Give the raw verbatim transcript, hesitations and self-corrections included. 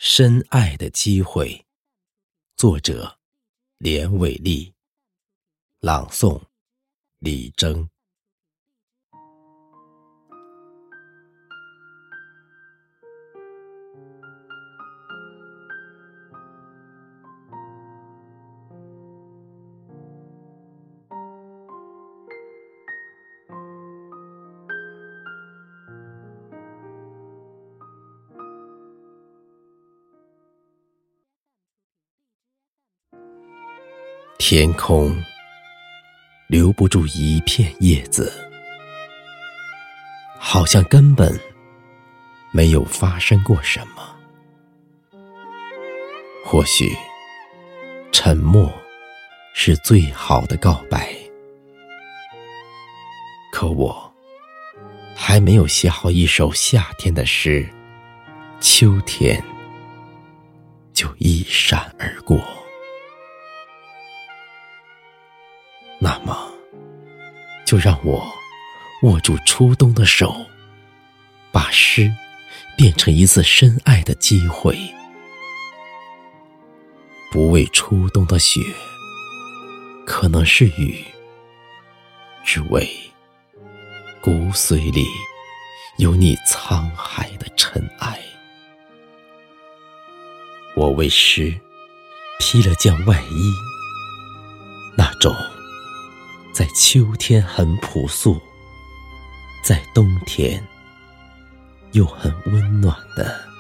深爱的机会，作者连伟丽，朗诵李征。天空留不住一片叶子，好像根本没有发生过什么。或许沉默是最好的告白，可我还没有写好一首夏天的诗，秋天就一闪而过。那么就让我握住初冬的手，把诗变成一次深爱的机会，不为初冬的雪可能是雨，只为骨髓里有你沧海的尘埃。我为诗披了件外衣，那种在秋天很朴素，在冬天又很温暖的